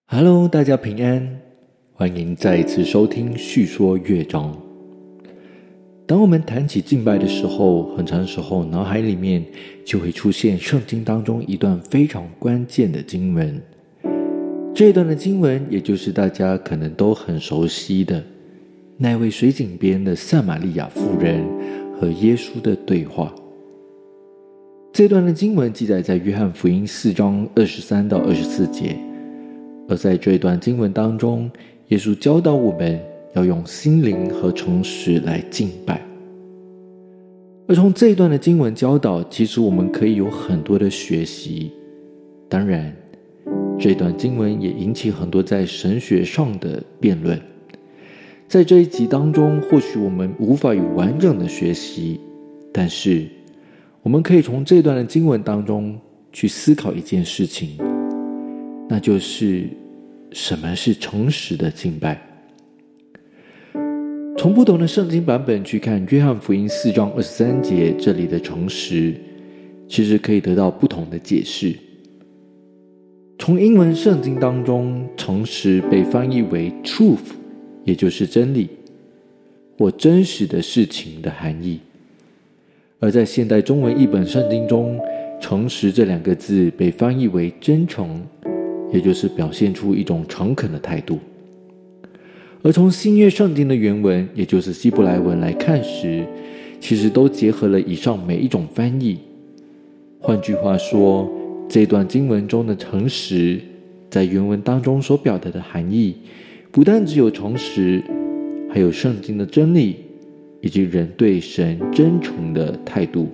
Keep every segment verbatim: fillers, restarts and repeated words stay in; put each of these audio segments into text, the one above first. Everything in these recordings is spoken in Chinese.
Hello， 大家平安，欢迎再一次收听叙说乐章。当我们谈起敬拜的时候，很长时候脑海里面就会出现圣经当中一段非常关键的经文。这一段的经文，也就是大家可能都很熟悉的那位水井边的撒玛利亚妇人和耶稣的对话。这段的经文记载在约翰福音四章二十三到二十四节。而在这段经文当中，耶稣教导我们要用心灵和诚实来敬拜。而从这一段的经文教导，其实我们可以有很多的学习。当然，这段经文也引起很多在神学上的辩论。在这一集当中，或许我们无法有完整的学习，但是我们可以从这段的经文当中去思考一件事情，那就是什么是诚实的敬拜。从不同的圣经版本去看约翰福音四章二十三节，这里的诚实其实可以得到不同的解释。从英文圣经当中，诚实被翻译为 truth， 也就是真理或真实的事情的含义。而在现代中文译本圣经中，诚实这两个字被翻译为真诚，也就是表现出一种诚恳的态度。而从新约圣经的原文，也就是希伯来文来看时，其实都结合了以上每一种翻译。换句话说，这段经文中的诚实，在原文当中所表达的含义，不但只有诚实，还有圣经的真理，以及人对神真诚的态度。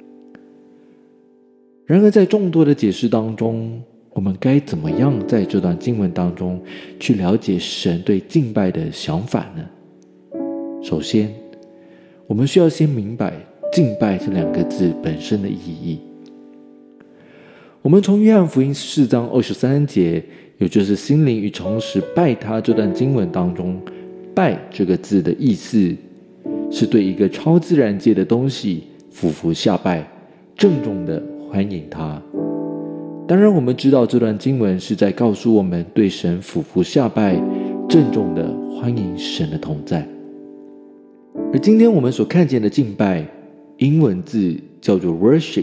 然而在众多的解释当中，我们该怎么样在这段经文当中去了解神对敬拜的想法呢？首先，我们需要先明白敬拜这两个字本身的意义。我们从约翰福音四章二十三节，也就是心灵与诚实拜他这段经文当中，拜这个字的意思是对一个超自然界的东西俯伏下拜，郑重地欢迎他。当然我们知道这段经文是在告诉我们对神俯伏下拜，郑重地欢迎神的同在。而今天我们所看见的敬拜，英文字叫做 worship。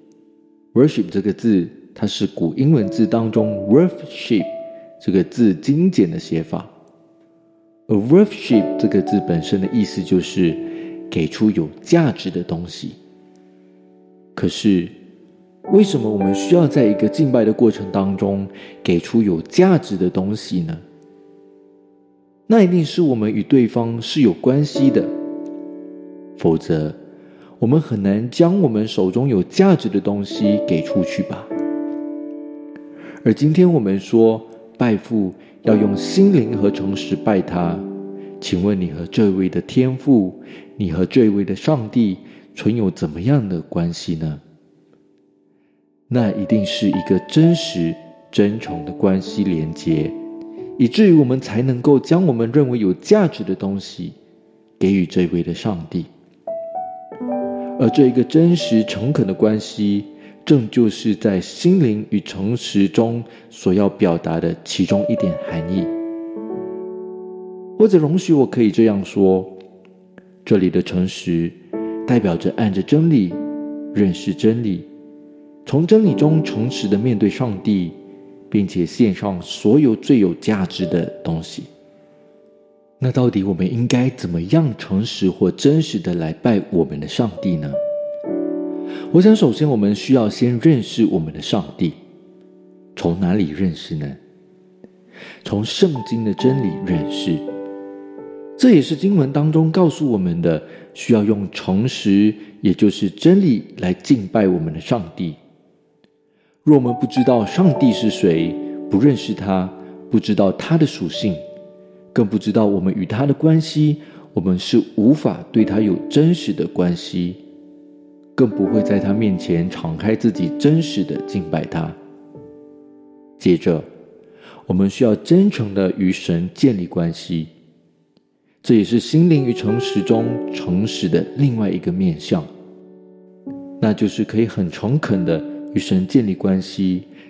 worship 这个字，它是古英文字当中 worship 这个字精简的写法。而 worship 这个字本身的意思就是给出有价值的东西。可是为什么我们需要在一个敬拜的过程当中给出有价值的东西呢？那一定是我们与对方是有关系的，否则我们很难将我们手中有价值的东西给出去吧。而今天我们说拜父要用心灵和诚实拜他，请问你和这位的天父，你和这位的上帝存有怎么样的关系呢？那一定是一个真实真诚的关系连结，以至于我们才能够将我们认为有价值的东西给予这位的上帝。而这一个真实诚恳的关系，正就是在心灵与诚实中所要表达的其中一点含义。或者容许我可以这样说，这里的诚实代表着按着真理认识真理，从真理中诚实地面对上帝，并且献上所有最有价值的东西。那到底我们应该怎么样诚实或真实地来拜我们的上帝呢？我想首先我们需要先认识我们的上帝。从哪里认识呢？从圣经的真理认识。这也是经文当中告诉我们的，需要用诚实，也就是真理来敬拜我们的上帝。若我们不知道上帝是谁，不认识他，不知道他的属性，更不知道我们与他的关系，我们是无法对他有真实的关系，更不会在他面前敞开自己真实的敬拜他。接着，我们需要真诚地与神建立关系，这也是心灵与诚实中诚实的另外一个面向，那就是可以很诚恳地与神建立关系，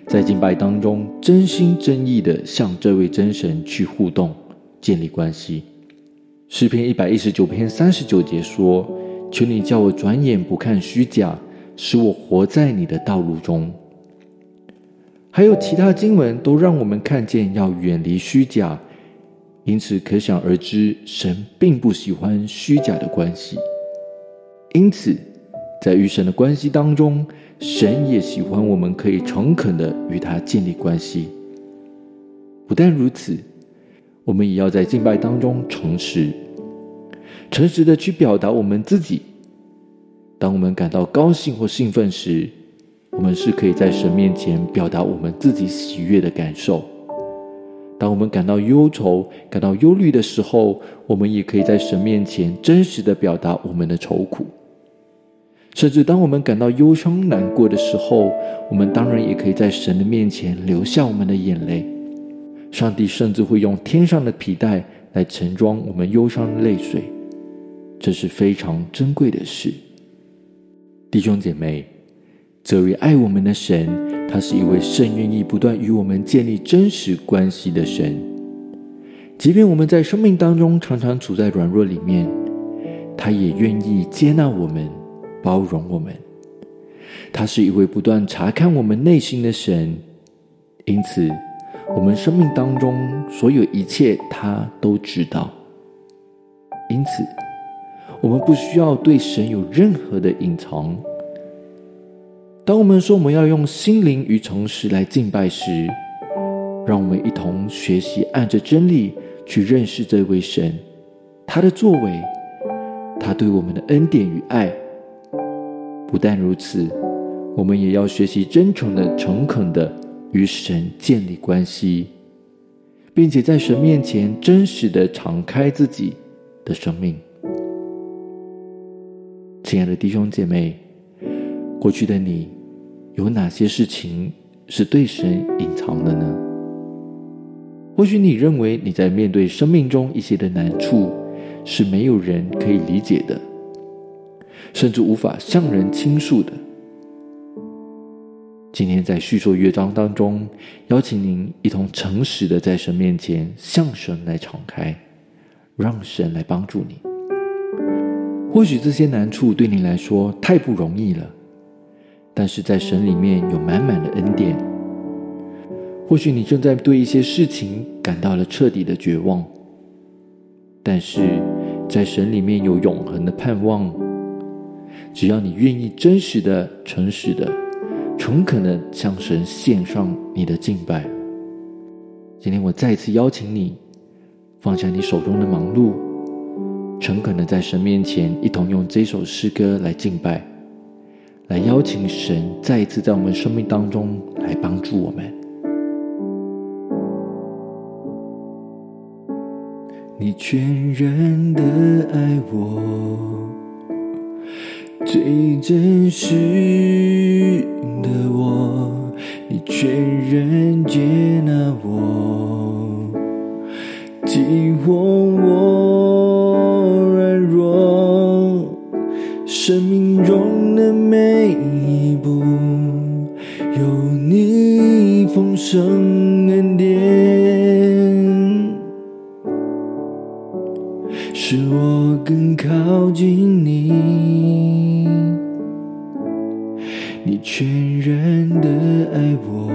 在敬拜当中真心真意地向这位真神去互动，建立关系。诗篇一百一十九篇三十九节说，求你叫我转眼不看虚假，使我活在你的道路中。还有其他经文都让我们看见要远离虚假，因此可想而知，神并不喜欢虚假的关系。因此在与神的关系当中，神也喜欢我们可以诚恳地与他建立关系。不但如此，我们也要在敬拜当中诚实，诚实地去表达我们自己。当我们感到高兴或兴奋时，我们是可以在神面前表达我们自己喜悦的感受。当我们感到忧愁、感到忧虑的时候，我们也可以在神面前真实地表达我们的愁苦。甚至当我们感到忧伤难过的时候，我们当然也可以在神的面前流下我们的眼泪。上帝甚至会用天上的皮带来盛装我们忧伤的泪水，这是非常珍贵的事。弟兄姐妹，这位爱我们的神，他是一位甚愿意不断与我们建立真实关系的神。即便我们在生命当中常常处在软弱里面，他也愿意接纳我们，包容我们。他是一位不断查看我们内心的神，因此我们生命当中所有一切他都知道。因此我们不需要对神有任何的隐藏。当我们说我们要用心灵与诚实来敬拜时，让我们一同学习按着真理去认识这位神，他的作为，他对我们的恩典与爱。不但如此，我们也要学习真诚的、诚恳的与神建立关系，并且在神面前真实的敞开自己的生命。亲爱的弟兄姐妹，过去的你有哪些事情是对神隐藏的呢？或许你认为你在面对生命中一些的难处是没有人可以理解的，甚至无法向人倾诉的。今天在叙说乐章当中，邀请您一同诚实的在神面前向神来敞开，让神来帮助你。或许这些难处对你来说太不容易了，但是在神里面有满满的恩典。或许你正在对一些事情感到了彻底的绝望，但是在神里面有永恒的盼望。只要你愿意真实的、诚实的、诚恳的向神献上你的敬拜。今天我再次邀请你放下你手中的忙碌，诚恳的在神面前一同用这首诗歌来敬拜，来邀请神再一次在我们生命当中来帮助我们。你全然的爱我，最真实的我，你全然接纳我，激活我软弱，生命中的每一步有你丰盛恩典，使我更靠近你。你全然的爱我，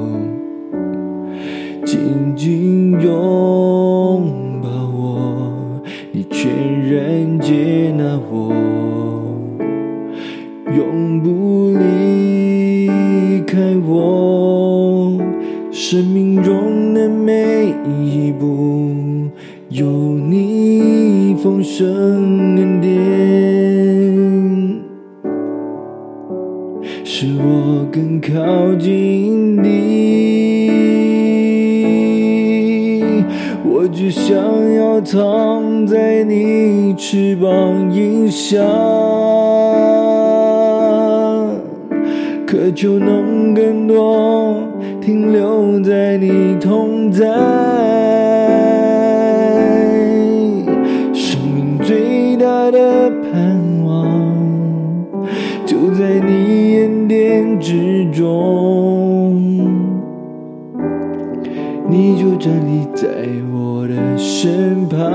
紧紧拥抱我，你全然接纳我，永不离开我，生命中的每一步有你丰盛恩典，使我更靠近你。我只想要躺在你翅膀荫下，渴求能更多停留在你同在。生命最大的盼望就在你恩典之中， 你就站立在我的身旁，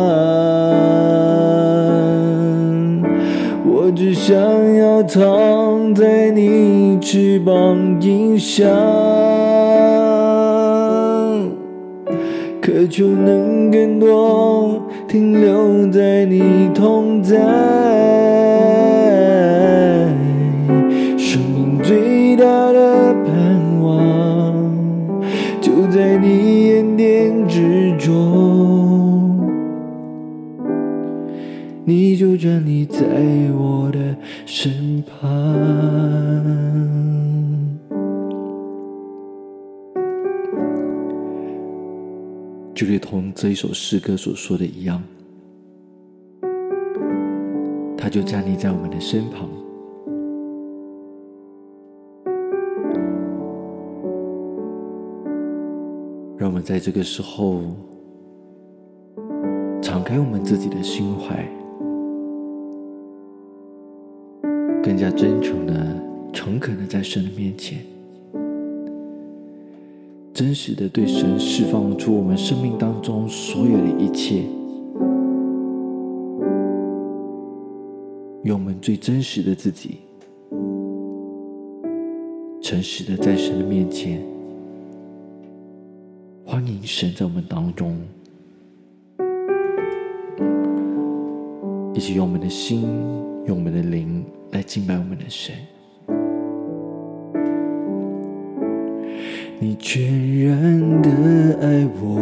我只想要躺在你翅膀荫下，渴求能更多停留在你同在，生命最大的盼望就在你恩典之中，你就站立在我的身旁。就如同这一首诗歌所说的一样，他就站立在我们的身旁，让我们在这个时候敞开我们自己的心怀，更加真诚的、诚恳的在神的面前，真实的对神释放出我们生命当中所有的一切，用我们最真实的自己，诚实的在神的面前，欢迎神在我们当中，一起用我们的心，用我们的灵来敬拜我们的神。你全然的爱我，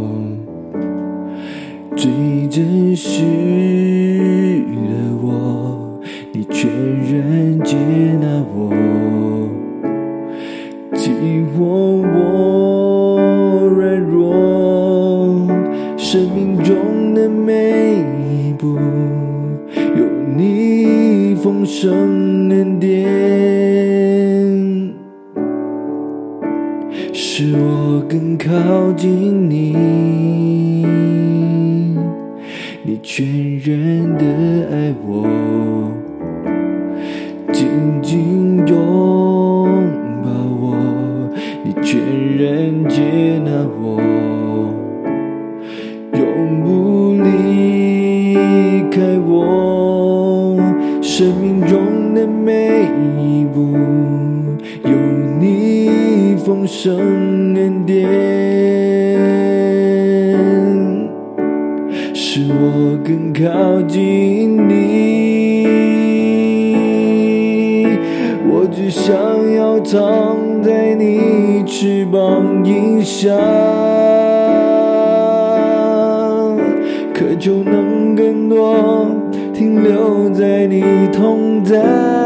最真实的我，你全然接纳我，记我我软弱，生命中的每一步有你丰盛恩典，使我更靠近你，你全然的爱我，紧紧拥抱我，你全然接纳我，永不离开我，生命中的每一步有你丰盛恩典，使我更靠近你，我只想要躺在你翅膀荫下，渴求能更多停留在你同在，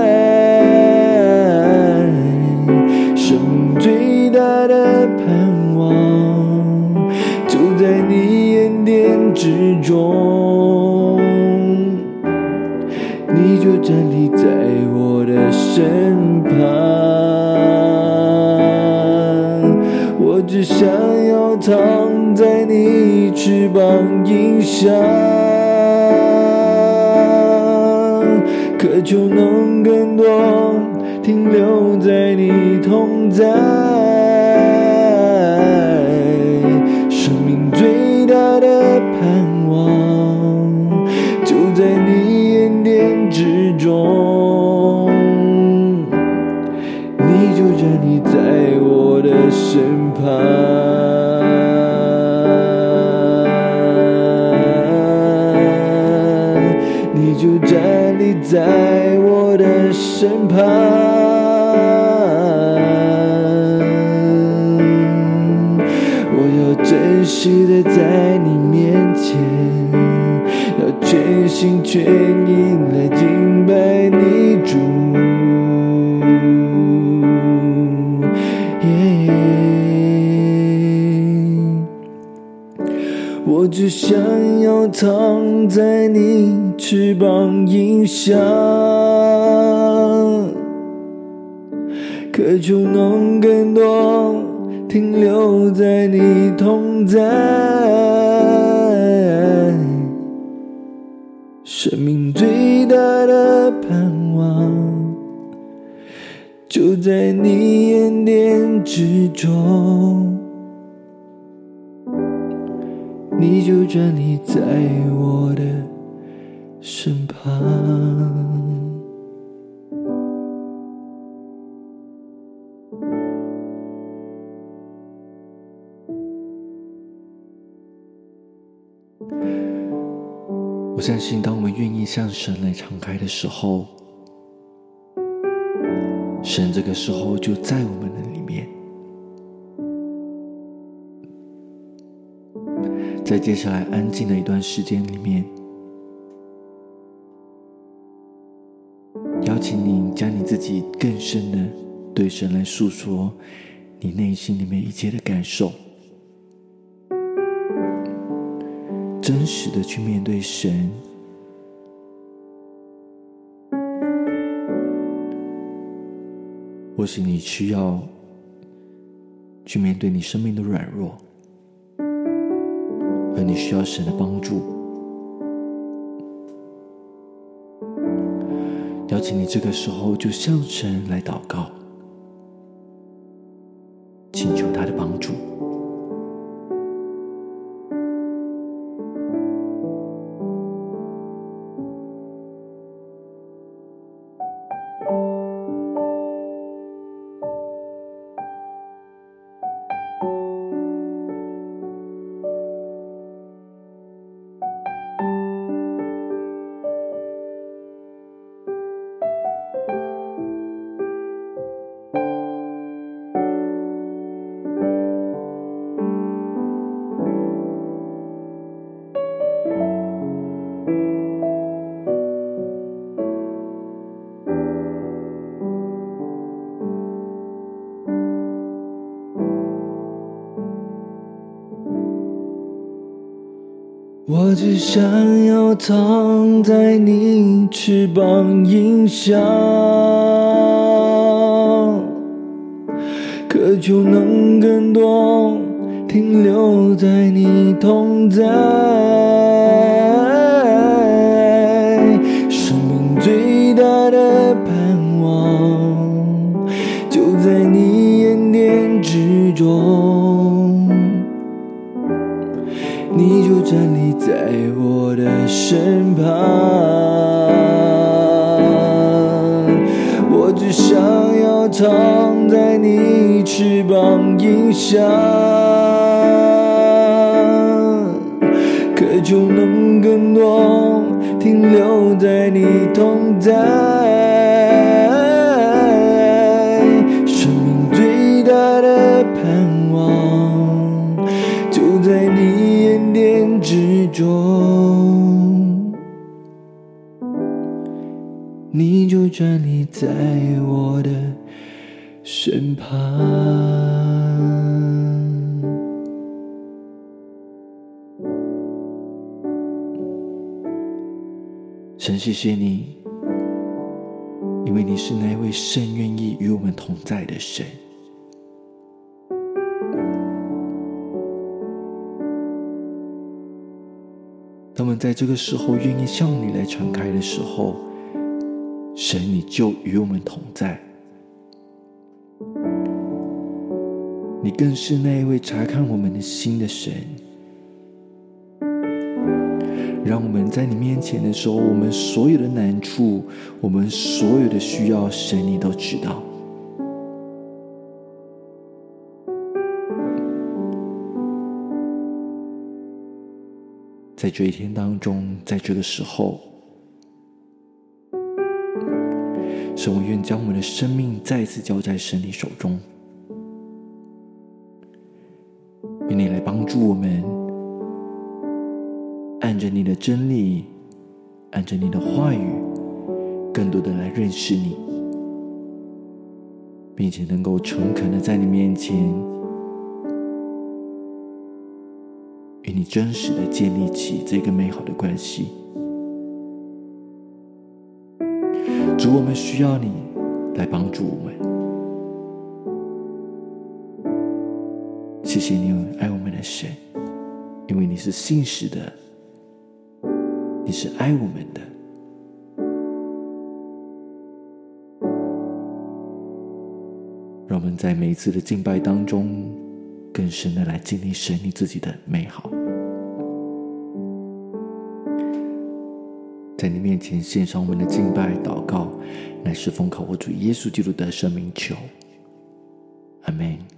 生命最大的盼望就在你恩典之中，你就站立在我的身旁，我只想要躺在你翅膀荫下，渴求能更多停留在你同在，生命最大的盼望就在你恩典之中，你就站立在我的身旁，你就站立在我的身旁，我要真实的在你面前，要全心全意来敬拜你主，我只想要躺在你翅膀荫下，渴求能更多停留在你同在，生命最大的盼望就在你恩典之中， 你就站立在我的身旁。我相信当我们愿意向神来敞开的时候，神这个时候就在我们的里面。在接下来安静的一段时间里面，邀请你将你自己更深的对神来诉说你内心里面一切的感受，真实的去面对神。或许你需要去面对你生命的软弱，而你需要神的帮助。邀请你这个时候就向神来祷告，请求他的帮助。我只想要躺在你翅膀荫下，渴求能更多停留在你同在。生命最大的盼望就在你眼帘之中，你就站立在我的身旁。我只想要躺在你翅膀荫下，渴求能更多停留在你同在。生命最大的盼望就在你眼帘之中，你就站立在我的身旁。神，谢谢你，因为你是那位甚愿意与我们同在的神。当我们在这个时候愿意向你来敞开的时候，神你就与我们同在。你更是那一位察看我们的心的神，让我们在你面前的时候，我们所有的难处，我们所有的需要，神你都知道。在这一天当中，在这个时候，神，我愿将我们的生命再次交在神你手中，愿你来帮助我们，按着你的真理，按着你的话语，更多的来认识你，并且能够诚恳的在你面前与你真实的建立起这个美好的关系。主，我们需要你来帮助我们。谢谢你爱我们的神，因为你是信实的，你是爱我们的。让我们在每一次的敬拜当中，更深的来经历神你自己的美好。 在你面前献上我们的敬拜祷告，乃是奉靠我主耶稣基督的圣名求，阿们。